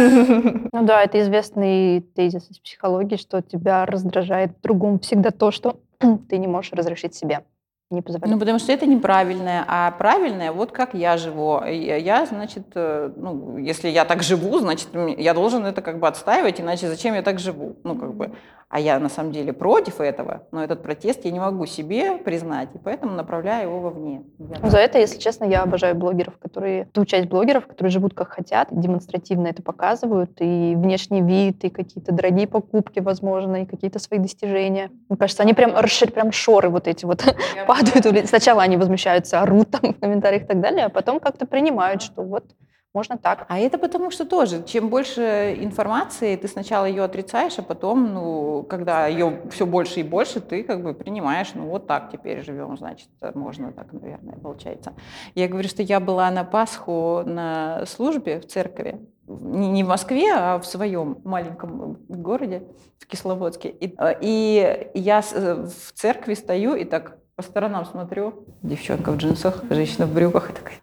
Ну да, это известный тезис из психологии, что тебя раздражает в другом всегда то, что ты не можешь разрешить себе. Не позволять. Ну, потому что это неправильное, а правильное, вот как я живу. И Я, значит, э, ну, если я так живу, значит, м- я должен это как бы отстаивать, иначе зачем я так живу? Ну, как бы, а я на самом деле против этого, но этот протест я не могу себе признать, и поэтому направляю его вовне. Я- За это, если честно, я обожаю блогеров, которые, ту часть блогеров, которые живут как хотят, демонстративно это показывают, и внешний вид, и какие-то дорогие покупки, возможно, и какие-то свои достижения. Мне кажется, они прям, расшир- прям шоры вот эти вот падают. в лицо. Сначала они возмущаются, орут там в комментариях и так далее, а потом как-то принимают, что вот можно так. А это потому что тоже, чем больше информации, ты сначала ее отрицаешь, а потом, ну, когда ее все больше и больше, ты как бы принимаешь, ну, вот так теперь живем, значит, можно так, наверное, получается. Я говорю, что я была на Пасху на службе в церкви, не не в Москве, а в своем маленьком городе, в Кисловодске. И, и я с- в церкви стою и так по сторонам смотрю, девчонка в джинсах, женщина в брюках, и такая...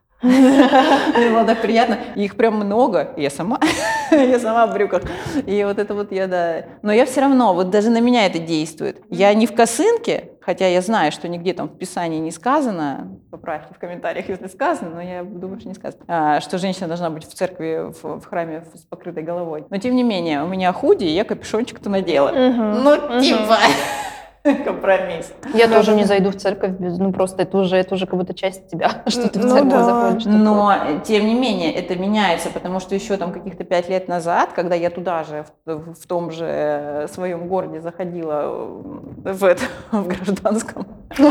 Мне было так приятно. И их прям много. И я сама, я сама в брюках. И вот это вот я, да. Но я все равно, вот даже на меня это действует. Я не в косынке, хотя я знаю, что нигде там в Писании не сказано, поправьте в комментариях, если сказано, но я думаю, что не сказано, а, что женщина должна быть в церкви, в, в храме с покрытой головой. Но тем не менее, у меня худи, и я капюшончик-то надела. Ну, типа... Компромисс. Я тоже не зайду в церковь без, ну просто это уже, это уже как будто часть тебя, что ты в Ну церковь да. заходишь. такое. Но, тем не менее, это меняется, потому что еще там каких-то пять лет назад, когда я туда же, в, в том же своем городе заходила в, это, в гражданском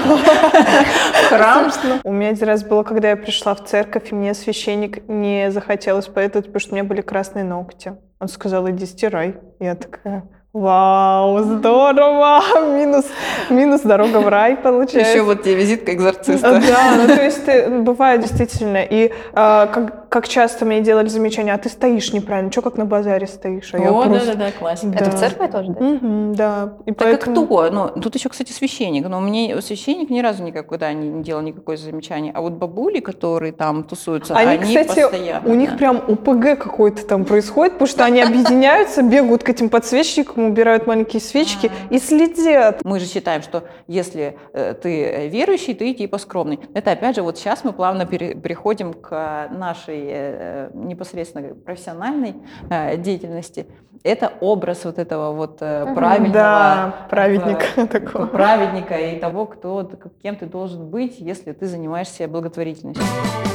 храм. У меня один раз было, когда я пришла в церковь, и мне священник не захотелось поэтому, потому что у меня были красные ногти. Он сказал, иди стирай. Я такая... Вау, здорово! Минус, минус дорога в рай, получается. Еще вот тебе визитка экзорциста. Да, ну то есть ты, бывает действительно. И а, как, как часто мне делали замечания, а ты стоишь неправильно, что как на базаре стоишь? А я О, просто... да-да-да, классика. Это в церкви тоже, да? Мгм, да. И Так поэтому... а кто? Ну, тут еще, кстати, священник. Но мне священник ни разу никогда не, не делал никакое замечание. А вот бабули, которые там тусуются, Они, они, кстати, постоянно... у них да. прям ОПГ какой-то там происходит, потому что они объединяются, бегают к этим подсвечникам, убирают маленькие свечки и следят. Мы же считаем, что если э, ты верующий, ты типа скромный. Это опять же, вот сейчас мы плавно пере- переходим к нашей э, непосредственно профессиональной э, деятельности. Это образ вот этого вот э, праведного... Да, праведника э, такого. праведника и того, кто, кем ты должен быть, если ты занимаешься благотворительностью.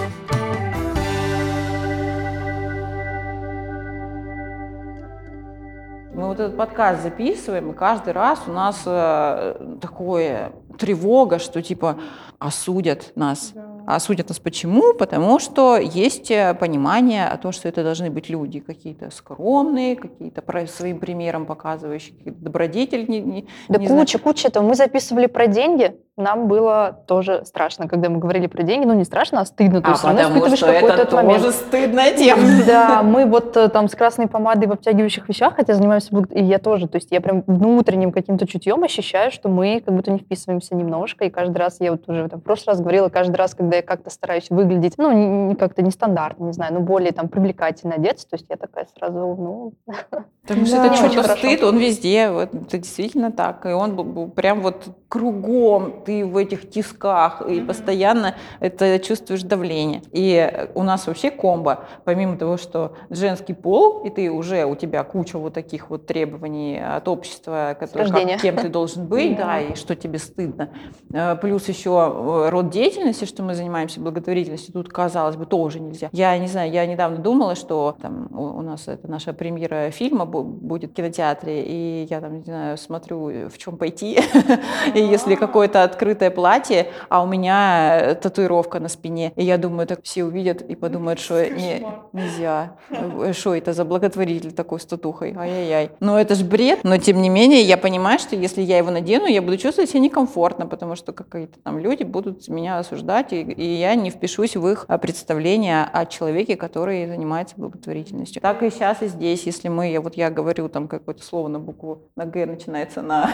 Мы вот этот подкаст записываем, и каждый раз у нас э, такое тревога, что типа осудят нас. А осудят нас почему? Потому что есть понимание о том, что это должны быть люди какие-то скромные, какие-то своим примером показывающие, какие-то добродетель. Не, не, Да не куча, знаю. куча этого. Мы записывали про деньги, нам было тоже страшно, когда мы говорили про деньги. Ну, не страшно, а стыдно. То А есть всё равно потому испытываешь что какой-то это этот момент. тоже стыдная тема. Да, мы вот э, там с красной помадой в обтягивающих вещах, хотя занимаемся, благ- и я тоже, то есть я прям внутренним каким-то чутьем ощущаю, что мы как будто не вписываемся немножко, и каждый раз, я вот уже там, в прошлый раз говорила, каждый раз, когда я как-то стараюсь выглядеть, ну, не, не как-то нестандартно, не знаю, ну, более там привлекательно одеться, то есть я такая сразу, ну... Потому что Да. это Не чувство очень хорошо. стыд, он везде, вот, это действительно так. И он был- был прям вот кругом, ты в этих тисках, и постоянно это чувствуешь давление. И у нас вообще комбо, помимо того, что женский пол, и ты уже, у тебя куча вот таких вот требований от общества, которые, рождения. как, кем ты должен быть, да, и что тебе стыдно. Э, Плюс еще э, род деятельности, что мы занимаемся благотворительностью, тут, казалось бы, тоже нельзя. Я не знаю, я недавно думала, что там у у нас это наша премьера фильма бу- будет в кинотеатре, и я там, не знаю, смотрю, в чем пойти, и если какое-то открытое платье, а у меня татуировка на спине, и я думаю, так все увидят и подумают, что не, нельзя. Э, Что это за благотворитель такой с татухой? Ай-яй-яй. Но это ж бред, но тем не менее я понимаю, что если я его надену, я буду чувствовать себя некомфортно, потому что какие-то там люди будут меня осуждать, и, и я не впишусь в их а, представление о человеке, который занимается благотворительностью. Так и сейчас и здесь, если мы, я, вот я говорю там какое-то слово на букву, на Г начинается на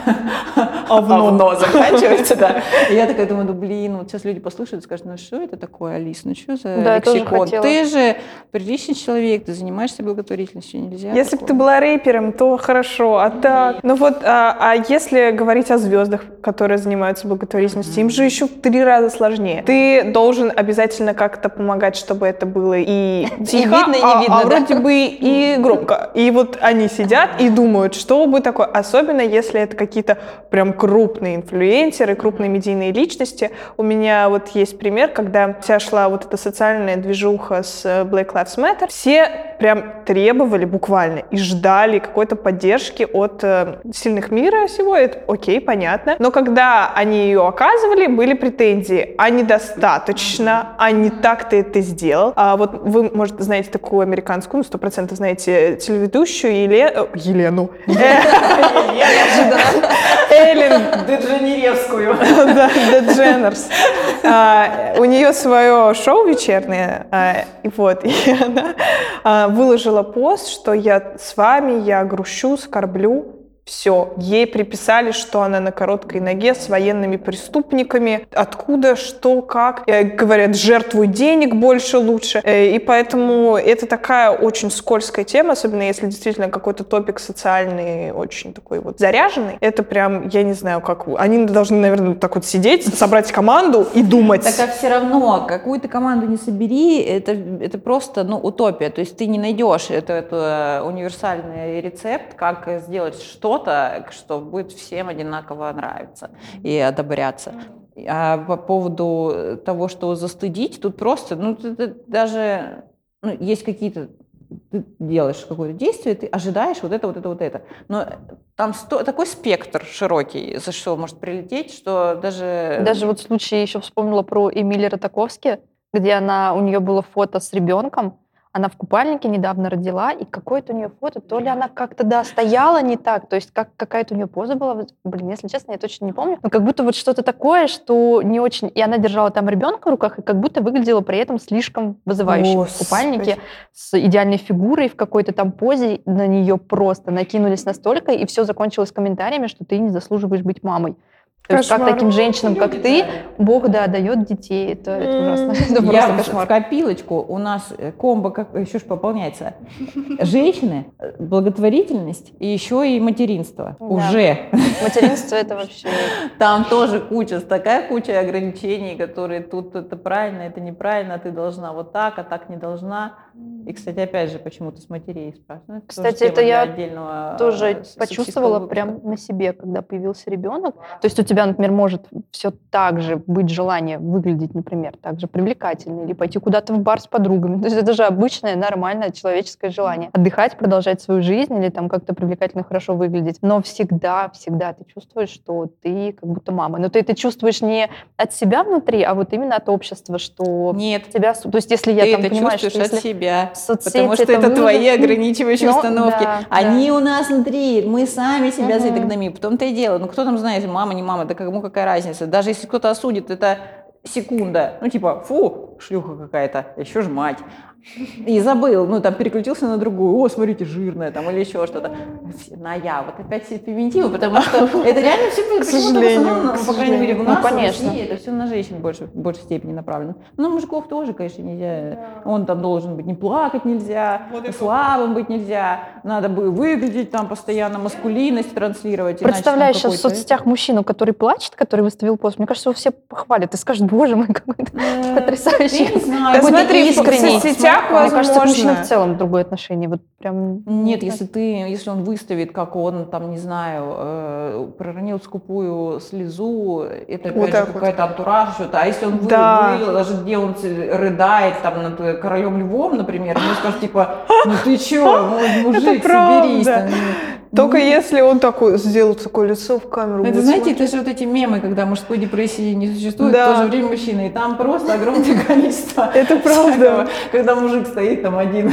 Овно. овно заканчивается, да. И я такая думаю, ну блин, вот сейчас люди послушают и скажут, ну что это такое, Алис, ну что за Да, я тоже лексикон? хотела. Ты же приличный человек, ты занимаешься благотворительностью, нельзя Если бы такое. ты была рэпером, то хорошо, а так... Ну вот, а, а если говорить о звездах, которые занимаются благотворительностью, им же еще в три раза сложнее. Ты должен обязательно как-то помогать, чтобы это было и тихо, видно, и не а, видно, а да. вроде бы и громко. И вот они сидят и думают, что бы такое, особенно если это какие-то прям крупные инфлюенсеры, крупные медийные личности. У меня вот есть пример, когда вся шла вот эта социальная движуха с Black Lives Matter, все прям требовали буквально и ждали какой-то поддержки от э, сильных мира сего, это окей, понятно. Но когда они ее оказывали, были претензии, а недостаточно, а не так ты это сделал. А вот вы, может, знаете такую американскую, ну, сто процентов знаете, телеведущую Еле... э, Елену. Эллен Дедженеревскую. да, Дедженерс. А, у нее свое шоу вечернее, а, и вот, и она а, выложила пост, что я с вами, я грущу, скорблю. Все, ей приписали, что она на короткой ноге с военными преступниками. Откуда, что, как. Э, говорят, жертвуй денег больше, лучше. Э, и поэтому это такая очень скользкая тема, особенно если действительно какой-то топик социальный очень такой вот заряженный. Это прям, я не знаю, как... Они должны, наверное, так вот сидеть, собрать команду и думать. Так а все равно, какую ты команду не собери, это, это просто ну, утопия. То есть ты не найдешь это, это универсальный рецепт, как сделать что-то, что будет всем одинаково нравиться и одобряться. А по поводу того, что застыдить, тут просто, ну, ты, ты даже ну, есть какие-то, ты делаешь какое-то действие, ты ожидаешь вот это, вот это, вот это. Но там сто, такой спектр широкий, за что может прилететь, что даже... Даже вот случай еще вспомнила про Эмили Ратаковски, где она, у нее было фото с ребенком, она в купальнике недавно родила, и какое-то у нее фото, то ли она как-то, да, стояла не так, то есть как, какая-то у нее поза была, вот, блин, если честно, я точно не помню, но как будто вот что-то такое, что не очень... И она держала там ребенка в руках, и как будто выглядела при этом слишком вызывающе. В купальнике с идеальной фигурой, в какой-то там позе на нее просто накинулись настолько, и все закончилось комментариями, что ты не заслуживаешь быть мамой. То есть как Кошмар. таким женщинам, как ты, Бог, да, дает детей. Это, это ужасно. Это Я просто в- в кошмар. копилочку, у нас э, комбо как еще ж пополняется. Женщины, э, благотворительность и еще и материнство. Да. Уже. Материнство это вообще... Там тоже куча, такая куча ограничений, которые тут это правильно, это неправильно, ты должна вот так, а так не должна. И, кстати, опять же, почему-то с матерей спрашивают. Кстати, это я тоже почувствовала прям на себе, когда появился ребенок. То есть у тебя, например, может все так же быть желание выглядеть, например, так же привлекательно, или пойти куда-то в бар с подругами. То есть это же обычное, нормальное человеческое желание. Отдыхать, продолжать свою жизнь или там как-то привлекательно, хорошо выглядеть. Но всегда, всегда ты чувствуешь, что ты как будто мама. Но ты это чувствуешь не от себя внутри, а вот именно от общества, что Нет, тебя... То есть если я ты там это понимаю, что чувствуешь от если... себя, соцсети потому что это это твои выложат, ограничивающие ну, установки. да, Они да. у нас внутри, мы сами себя за это Мгм. гномим. Потом-то и дело. Ну кто там знает, мама, не мама, да кому какая разница. Даже если кто-то осудит, это секунда. Ну типа, фу, шлюха какая-то, еще ж мать. И забыл, ну там переключился на другую. О, смотрите, жирная там или еще что-то. Все на я. Вот опять все феминитивы, потому что это реально все, К сожалению, к по крайней мере, у Ну, нас в конечно. России это все на женщин больше, в большей степени направлено. Ну, мужиков тоже, конечно, нельзя. Он там должен быть, не плакать нельзя, слабым быть нельзя. Надо бы выглядеть там постоянно, маскулинность транслировать. иначе там Представляешь сейчас в какой-то- соцсетях мужчину, который плачет, который выставил пост, мне кажется, его все похвалят и скажут, боже мой, какой ты Э, потрясающий. я не знаю. Да Какой ты смотри, в искренний. соцсетях, Мне кажется, к мужчинам возможно. в целом другое отношение. Вот прям... Нет, если ты, если он выставит, как он там, не знаю, э, проронил скупую слезу, это опять Вот же так вот. какой-то антураж, что-то. А если он вы- Да. выложит, где он ц- рыдает там над э, королем львом, например, мне скажут типа, ну ты чё, му- мужик, правда. соберись. там». Только Ну, если он такой сделал такое лицо в камеру. это, будет знаете, смотреть. это же вот эти мемы, когда мужской депрессии не существует, Да. в то же время мужчины. И там просто огромное количество Это правда. всякого. Когда мужик стоит там один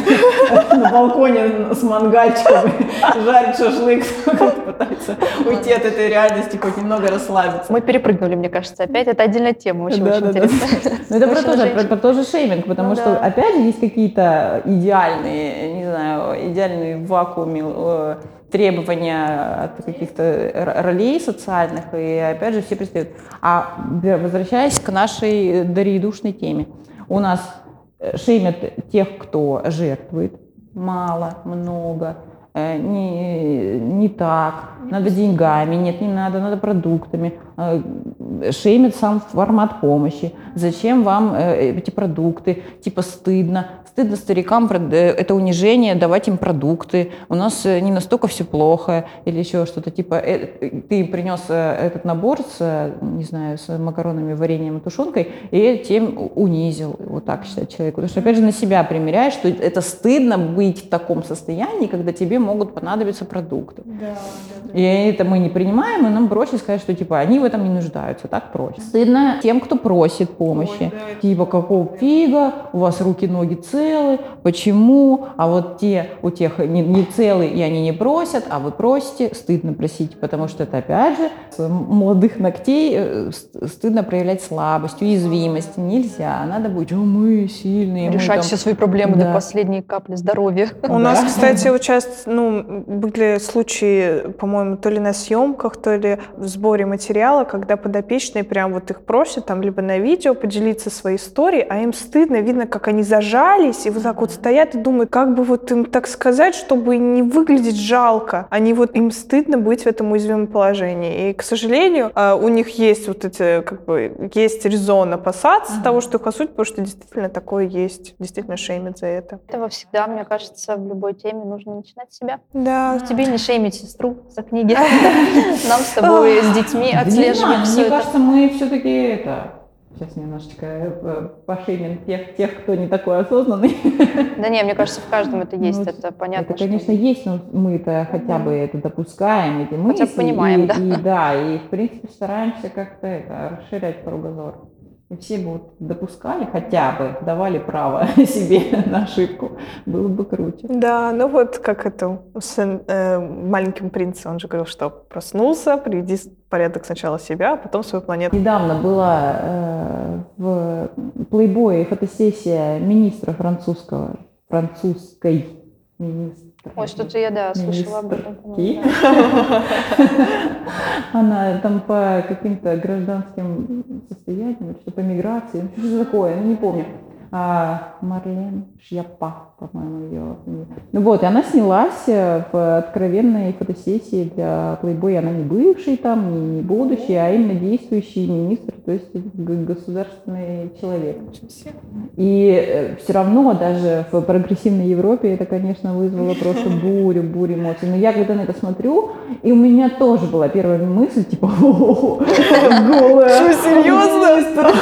на балконе с мангальчиком, жарит шашлык, пытается уйти от этой реальности, хоть немного расслабиться. Мы перепрыгнули, мне кажется, опять. Это отдельная тема, очень, Да, очень да, да. интересная. Ну, это про Мужчина, тоже, про, женщина. про тоже шейминг, потому Ну что, да. опять же, есть какие-то идеальные, не знаю, идеальные в вакууме э, требования от каких-то р- ролей социальных, и опять же все пристают. А б- возвращаясь к нашей дариедушной теме, у нас э, шеймят тех, кто жертвует мало, много, э, не, не так, надо деньгами, нет, не надо, надо продуктами. Э, Шеймит сам формат помощи. Зачем вам э, эти продукты? Типа стыдно. Стыдно старикам, прод- э, это унижение, давать им продукты. У нас э, не настолько все плохо или еще что-то. Типа э, ты принес э, этот набор с, э, не знаю, с макаронами, вареньем и тушенкой и тем унизил. Вот так считает человек. Потому что опять же на себя примеряешь, что это стыдно быть в таком состоянии, когда тебе могут понадобиться продукты. И это мы не принимаем, и нам проще сказать, что типа они в этом не нуждаются, так проще. Стыдно тем, кто просит помощи. Типа, какого фига, у вас руки, ноги целы, почему? А вот те, у тех не, не целы, и они не просят, а вы просите, стыдно просить, потому что это, опять же, с молодых ногтей э, ст- стыдно проявлять слабость, уязвимость. Нельзя, надо быть, о, мы сильные. мы Решать там». все свои проблемы Да. до последней капли здоровья. У нас, кстати, вот сейчас, ну, были случаи, по-моему, то ли на съемках, то ли в сборе материала, когда подопечные прям вот их просят там либо на видео поделиться своей историей, а им стыдно, видно, как они зажались и вот так вот стоят и думают, как бы вот им так сказать, чтобы не выглядеть жалко. Они вот, им стыдно быть в этом уязвимом положении. И, к сожалению, а, у них есть вот эти, как бы, есть резон опасаться Ага. того, что их осудят, потому что действительно такое есть, действительно шеймят за это. Этого всегда, мне кажется, в любой теме нужно начинать с себя. Да, Тебе не шеймить сестру за книги. Нам с тобой, с детьми Да не знаю, отслеживаем все мне это. кажется, мы все-таки это... Сейчас немножечко э, пошеймим тех, тех, кто не такой осознанный. Да не, мне кажется, в каждом это есть, Ну, это понятно. Это, конечно, что... есть, но мы-то хотя бы это допускаем, эти мысли. Хотя бы понимаем, и, да. И, да, и, в принципе, стараемся как-то это, расширять кругозор. и все бы вот допускали хотя бы, давали право себе на ошибку, было бы круче. Да, ну вот как это с э, маленьким принцем, он же говорил, что проснулся, приведи в порядок сначала себя, а потом свою планету. Недавно была э, в Playboy фотосессия министра французского, французской министра. Ой, что-то я, да, слышала об этом. Министрки. Она там по каким-то гражданским состояниям, что по миграции, ну, что такое, ну не помню. А, Марлен Шьяпа, по-моему, ее фамилия. Ну вот, и она снялась в откровенной фотосессии для Playboy. Она не бывший там, не, не будущий, а именно действующий министр, то есть г- государственный человек. И все равно даже в прогрессивной Европе это, конечно, вызвало просто бурю, бурю эмоций. Но я когда на это смотрю, и у меня тоже была первая мысль, типа, голая. Что, серьезно?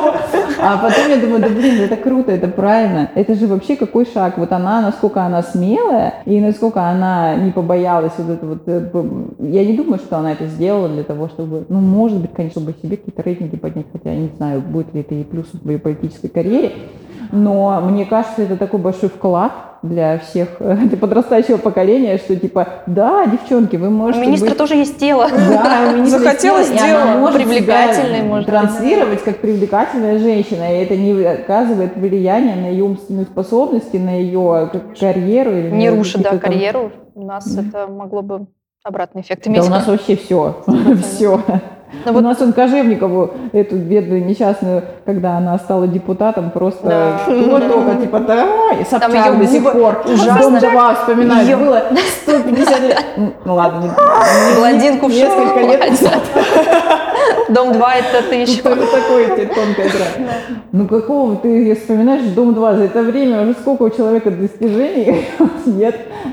А потом я думаю, да блин, это круто, это правильно. Это же вообще какой шаг. Вот она, насколько она смелая, и насколько она не побоялась вот это вот. Я не думаю, что она это сделала для того, чтобы, ну, может быть, конечно, чтобы себе какие-то рейтинги поднять, хотя я не знаю, будет ли это ей плюсом в ее политической карьере. Но мне кажется, это такой большой вклад для всех, для подрастающего поколения, что типа, да, девчонки, вы можете У министра быть... тоже есть тело. Да, у министра Захотелось есть тело, и она сделать. может Привлекательной, себя может быть, транслировать как привлекательная женщина, и это не оказывает влияния на ее умственные способности, на ее карьеру. Или Не на рушит, да, какие-то там- карьеру. У нас это могло бы обратный эффект Да иметь. у нас вообще все, все. Ну У вот- нас он Кожевникову, эту бедную несчастную, когда она стала депутатом, просто Да. вот только типа, да, и Собчак её до сих губы пор. ужасно. Дом два вспоминает, Её- было сто пятьдесят лет. Ну ладно, не- Блондинку в несколько лет шоу. назад. Дом два это ты еще. Тут тоже такое тебе тонкая игра. Ну какого ты её вспоминаешь Дом два за это время, уже сколько у человека достижений, нет,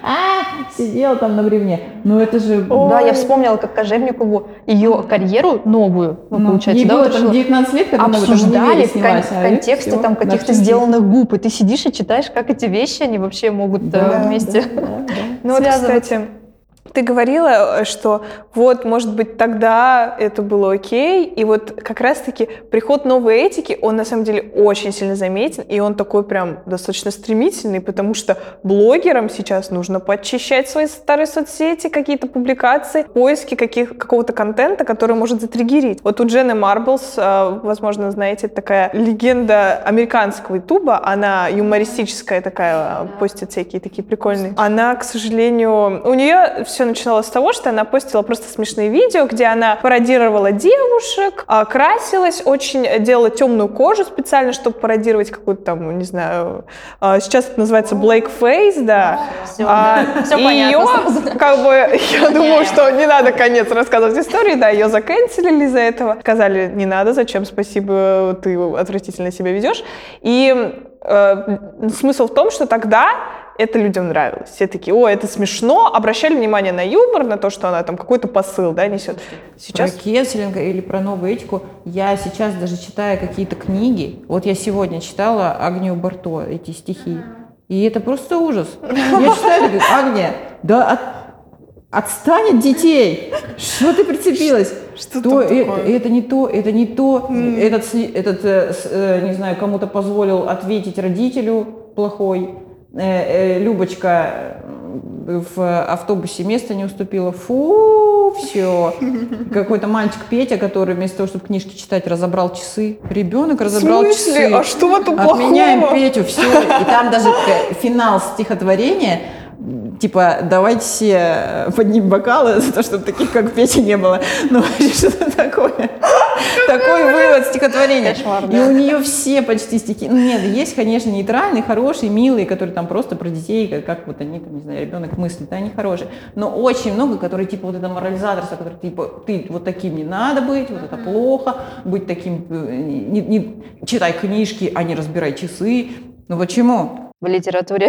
а, сидел там на бревне. Ну это же... Да, я вспомнила, как Кожевникову ее карьеру новую, ну, Ну, получается, ей да, было вот там что девятнадцать лет, когда она в этом обсуждали универе в, кон- снялась, в а это контексте всё там на каких-то всю жизнь. сделанных губ, и ты сидишь и читаешь, как эти вещи, они вообще могут Да, э, вместе. да, да, да. Ну вот, связываться. кстати, ты говорила, что вот, может быть, тогда это было окей, и вот как раз-таки приход новой этики, он на самом деле очень сильно заметен, и он такой прям достаточно стремительный, потому что блогерам сейчас нужно подчищать свои старые соцсети, какие-то публикации, поиски каких, какого-то контента, который может затриггерить. Вот у Дженны Марблс, э, возможно, знаете, такая легенда американского ютуба, она юмористическая такая, э, постит всякие такие прикольные. Она, к сожалению, у нее все начиналось с того, что она постила просто смешные видео, где она пародировала девушек, а, красилась, очень делала темную кожу специально, чтобы пародировать какую-то там, не знаю, а, сейчас это называется blackface, да. Всё, А, да. Всё и понятно ее, как бы, я думаю, что не надо конец рассказывать истории, да, ее заканцелили из-за этого. Сказали, не надо, зачем, спасибо, ты отвратительно себя ведешь. И э, смысл в том, что тогда это людям нравилось. Все такие, о, это смешно, обращали внимание на юмор, на то, что она там какой-то посыл, да, несет. Сейчас... Про кенселинг или про новую этику я сейчас даже читаю какие-то книги. Вот я сегодня читала Агнию Барто, эти стихи. И это просто ужас. Я читаю, и говорю, Агния, да от, отстань от детей! Что ты прицепилась? Что То, там э- такое? это не то, это не то. Этот, сли- этот э, с- э, не знаю, кому-то позволил ответить родителю плохой. Э, э, Любочка э, в автобусе место не уступила. Фу, все. Какой-то мальчик Петя, который вместо того, чтобы книжки читать, разобрал часы. Ребенок разобрал В смысле? часы. А что в этом плохого? Отменяем Петю, все. И там даже э, финал стихотворения, типа, давайте все поднимем бокалы за то, чтобы таких, как Петя, не было. Ну, что-то такое. Такой вывод стихотворения. Кошмар, И да. у нее все почти стихи. Ну, нет, есть, конечно, нейтральные, хорошие, милые, которые там просто про детей, как, как вот они, там, не знаю, ребенок мыслит, да, они хорошие. Но очень много, которые, типа, вот это морализаторство, которые, типа, ты вот таким не надо быть, вот это плохо, быть таким, э, не, не читай книжки, а не разбирай часы. Ну, почему? В литературе,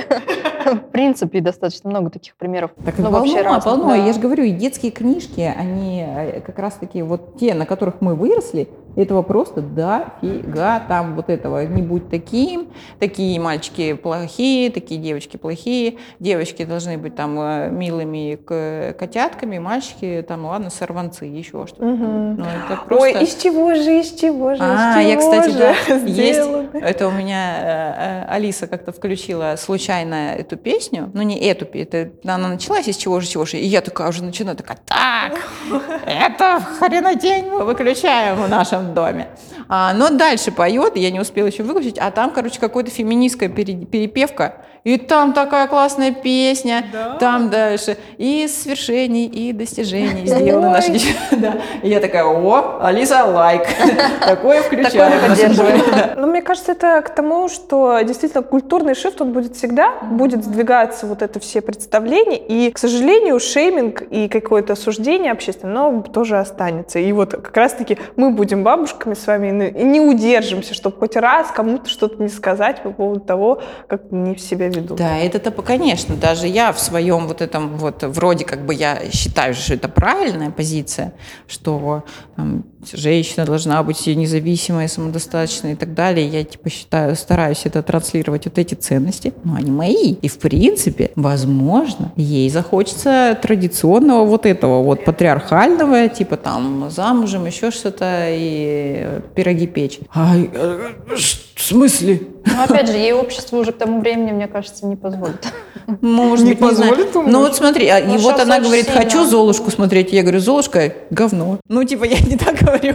в принципе, достаточно много таких примеров. Так Ну, полно, вообще разных, полно. да. Я же говорю, и детские книжки, они э, как раз-таки вот те, на которых мы выросли, Этого просто дофига. Там вот этого не будь таким, такие мальчики плохие, такие девочки плохие, девочки должны быть там э, милыми к- котятками, мальчики там, ладно, сорванцы, еще что-то. Мгм. Ну, это просто... Ой, из чего же, из чего же, А, из я, чего кстати, же да, есть. сделано? Это у меня э, э, Алиса как-то включила случайно эту песню, ну не эту, это она началась из чего же, чего же, и я такая уже начинаю, такая, так, это хренотень мы выключаем в нашем доме. А, но дальше поет, я не успела еще выключить, а там, короче, какая-то феминистская пере- перепевка, и там такая классная песня, там дальше и свершений, и достижений сделаны наши девчонки. И я такая, о, Алиса, лайк, такое включаю. Такое поддерживаю. Ну, мне кажется, это к тому, что действительно культурный шифт, он будет всегда, будет сдвигаться вот это все представления, и, к сожалению, шейминг и какое-то осуждение общественное, оно тоже останется. И вот как раз-таки мы будем бабушками с вами и не удержимся, чтобы хоть раз кому-то что-то не сказать по поводу того, как они себя ведут. Да, это-то, конечно, даже я в своем вот этом вот, вроде как бы я считаю, что это правильная позиция, что там, женщина должна быть независимой, самодостаточной и так далее. Я типа считаю, стараюсь это транслировать, вот эти ценности, но они мои. И в принципе, возможно, ей захочется традиционного вот этого вот патриархального, типа там замужем, еще что-то и пироги печь. А, э, в смысле? Но опять же, ей общество уже к тому времени, мне кажется, не позволит. Может Не быть, не знаю. позволит, думаешь? Ну вот смотри, а, Ну, и вот щас она очень говорит, сильно. хочу Золушку смотреть. Я говорю, Золушка говно. Ну типа я не так говорю.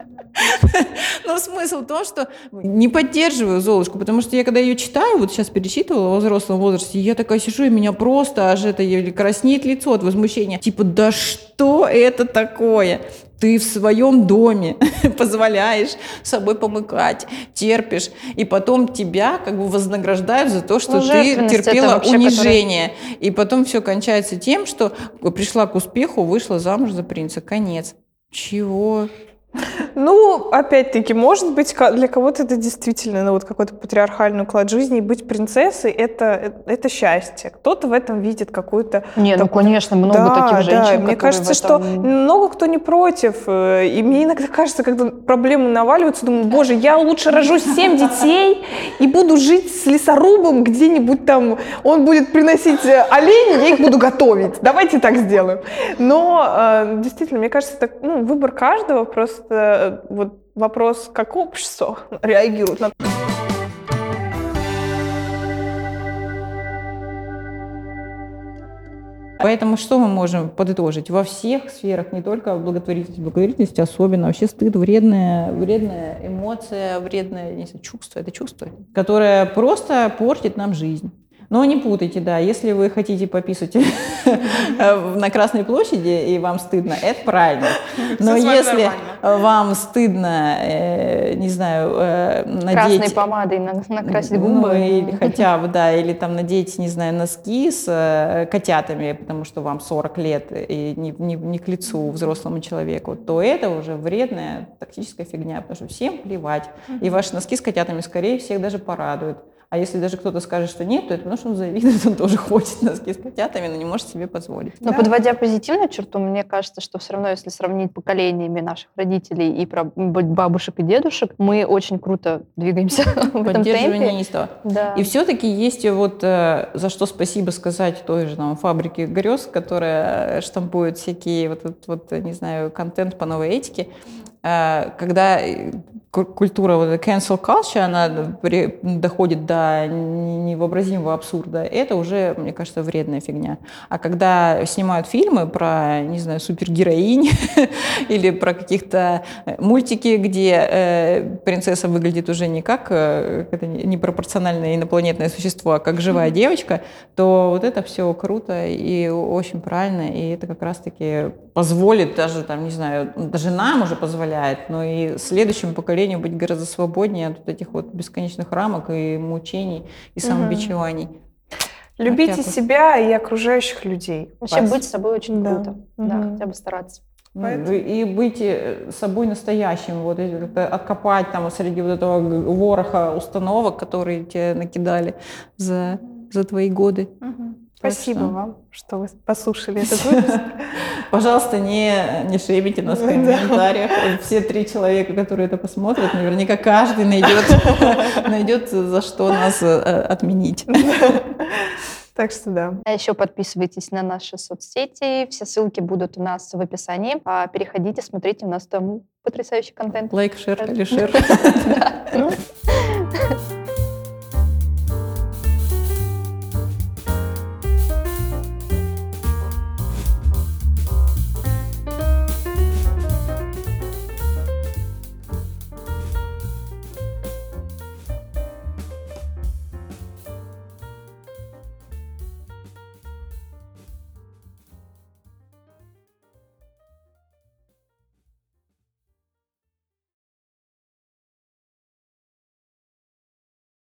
Но смысл в том, что не поддерживаю Золушку, потому что я когда ее читаю, вот сейчас перечитывала во взрослом возрасте, я такая сижу, и меня просто аж это или краснеет лицо от возмущения. Типа, да что это такое? Ты в своем доме позволяешь собой помыкать, терпишь, и потом тебя как бы вознаграждают за то, что Ну, ты жертвенность это терпела вообще, унижение. И потом все кончается тем, что пришла к успеху, вышла замуж за принца. Конец. Чего? Ну, опять-таки, может быть, ка- для кого-то это действительно ну, вот какой-то патриархальный уклад жизни, и быть принцессой это, – это счастье. Кто-то в этом видит какую-то... Не, ну, такую- конечно, много Да, таких женщин, да, мне которые кажется, в что этом- много кто не против. э, И мне иногда кажется, когда проблемы наваливаются, думаю, боже, я лучше рожу семь детей и буду жить с лесорубом где-нибудь там. Он будет приносить э, оленей, я их буду готовить. Давайте так сделаем. Но э, действительно, мне кажется, это ну, выбор каждого, просто э, вот вопрос, как общество реагирует на... Поэтому что мы можем подытожить? Во всех сферах, не только в благотворительности, благотворительности особенно, вообще стыд вредная, вредная эмоция, вредное не знаю, чувство, это чувство, которое просто портит нам жизнь. Но не путайте, да, если вы хотите пописать на Красной площади и вам стыдно, это правильно. Но если вам стыдно, э, не знаю, э, Красной надеть... помадой на- накрасить Ну, губы. или хотя бы, да, или там надеть, не знаю, носки с э, котятами, потому что вам сорок лет и не, не, не к лицу взрослому человеку, то это уже вредная токсическая фигня, потому что всем плевать. И ваши носки с котятами, скорее, всех даже порадуют. А если даже кто-то скажет, что нет, то это потому, что он завидует, он тоже хочет носки с котятами, но не может себе позволить. Но Да. подводя позитивную черту, мне кажется, что все равно, если сравнить поколениями наших родителей и про бабушек и дедушек, мы очень круто двигаемся в этом Поддерживание темпе. неистово. Да. И все-таки есть вот э, за что спасибо сказать той же там, фабрике грез, которая штампует всякие вот этот вот, не знаю, контент по новой этике. Э, когда ку- культура вот эта cancel culture, она при- доходит до невообразимого абсурда, это уже, мне кажется, вредная фигня. А когда снимают фильмы про, не знаю, супергероинь или про каких-то мультики, где э, принцесса выглядит уже не как э, это непропорциональное инопланетное существо, а как живая девочка, то вот это все круто и очень правильно, и это как раз-таки позволит даже, там, не знаю, даже нам уже позволяет, но и следующему поколению быть гораздо свободнее от вот этих вот бесконечных рамок и мучений, и самобичеваний. Любите Вот так вот. себя и окружающих людей. Вообще Вас. быть собой очень Да. круто. Да, Мгм. хотя бы стараться. Ну, Поэтому- И быть э, собой настоящим, вот эти, как-то откопать там среди вот этого вороха установок, которые тебе накидали за, за твои годы. Спасибо что- вам, что вы послушали этот выпуск. Пожалуйста, не, не шеймите нас в Да. комментариях. Все три человека, которые это посмотрят, наверняка каждый найдет, найдет за что нас э, отменить. Так что да. А еще подписывайтесь на наши соцсети. Все ссылки будут у нас в описании. А переходите, смотрите, у нас там потрясающий контент. Лайк, шер или шер. Да.